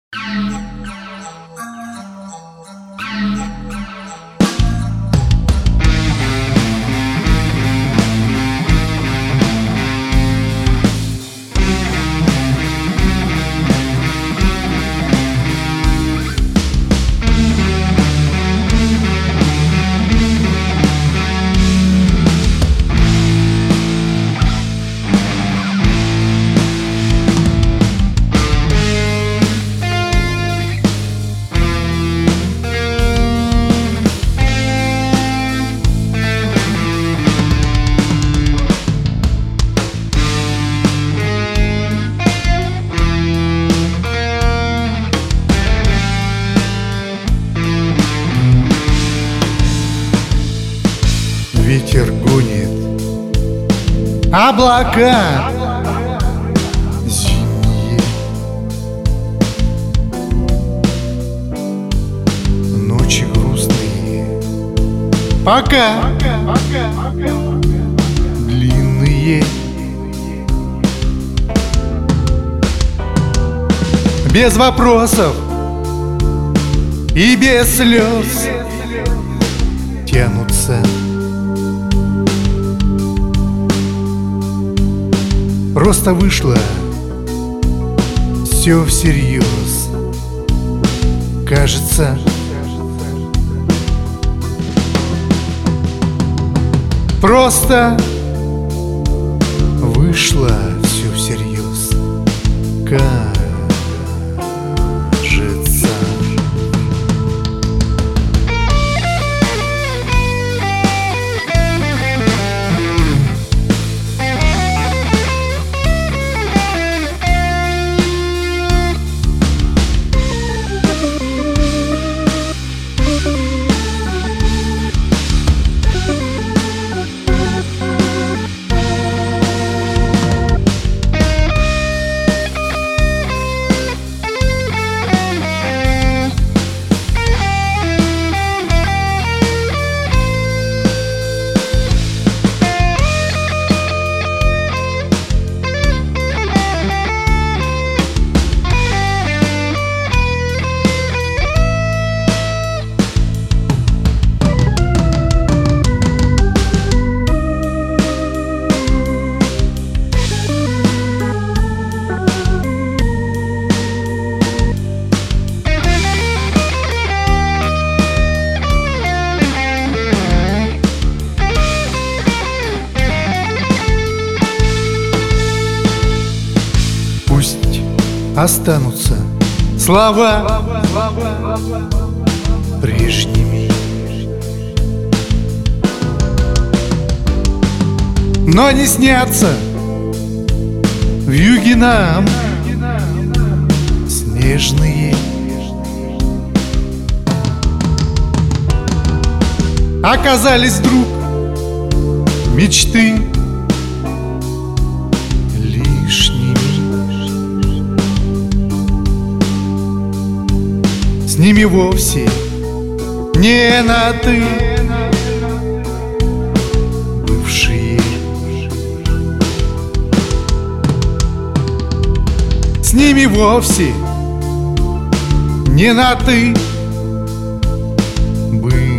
Ветер гонит облака зимние, ночи грустные, пока длинные. Без вопросов и без слез тянутся. Просто вышло все всерьез, кажется. Просто вышло все всерьез, кажется. Останутся слова прежними, но не снятся вьюги нам снежные. Оказались вдруг мечты лишними. С ними вовсе не на «ты» бывшие. С ними вовсе не на «ты» бывшие.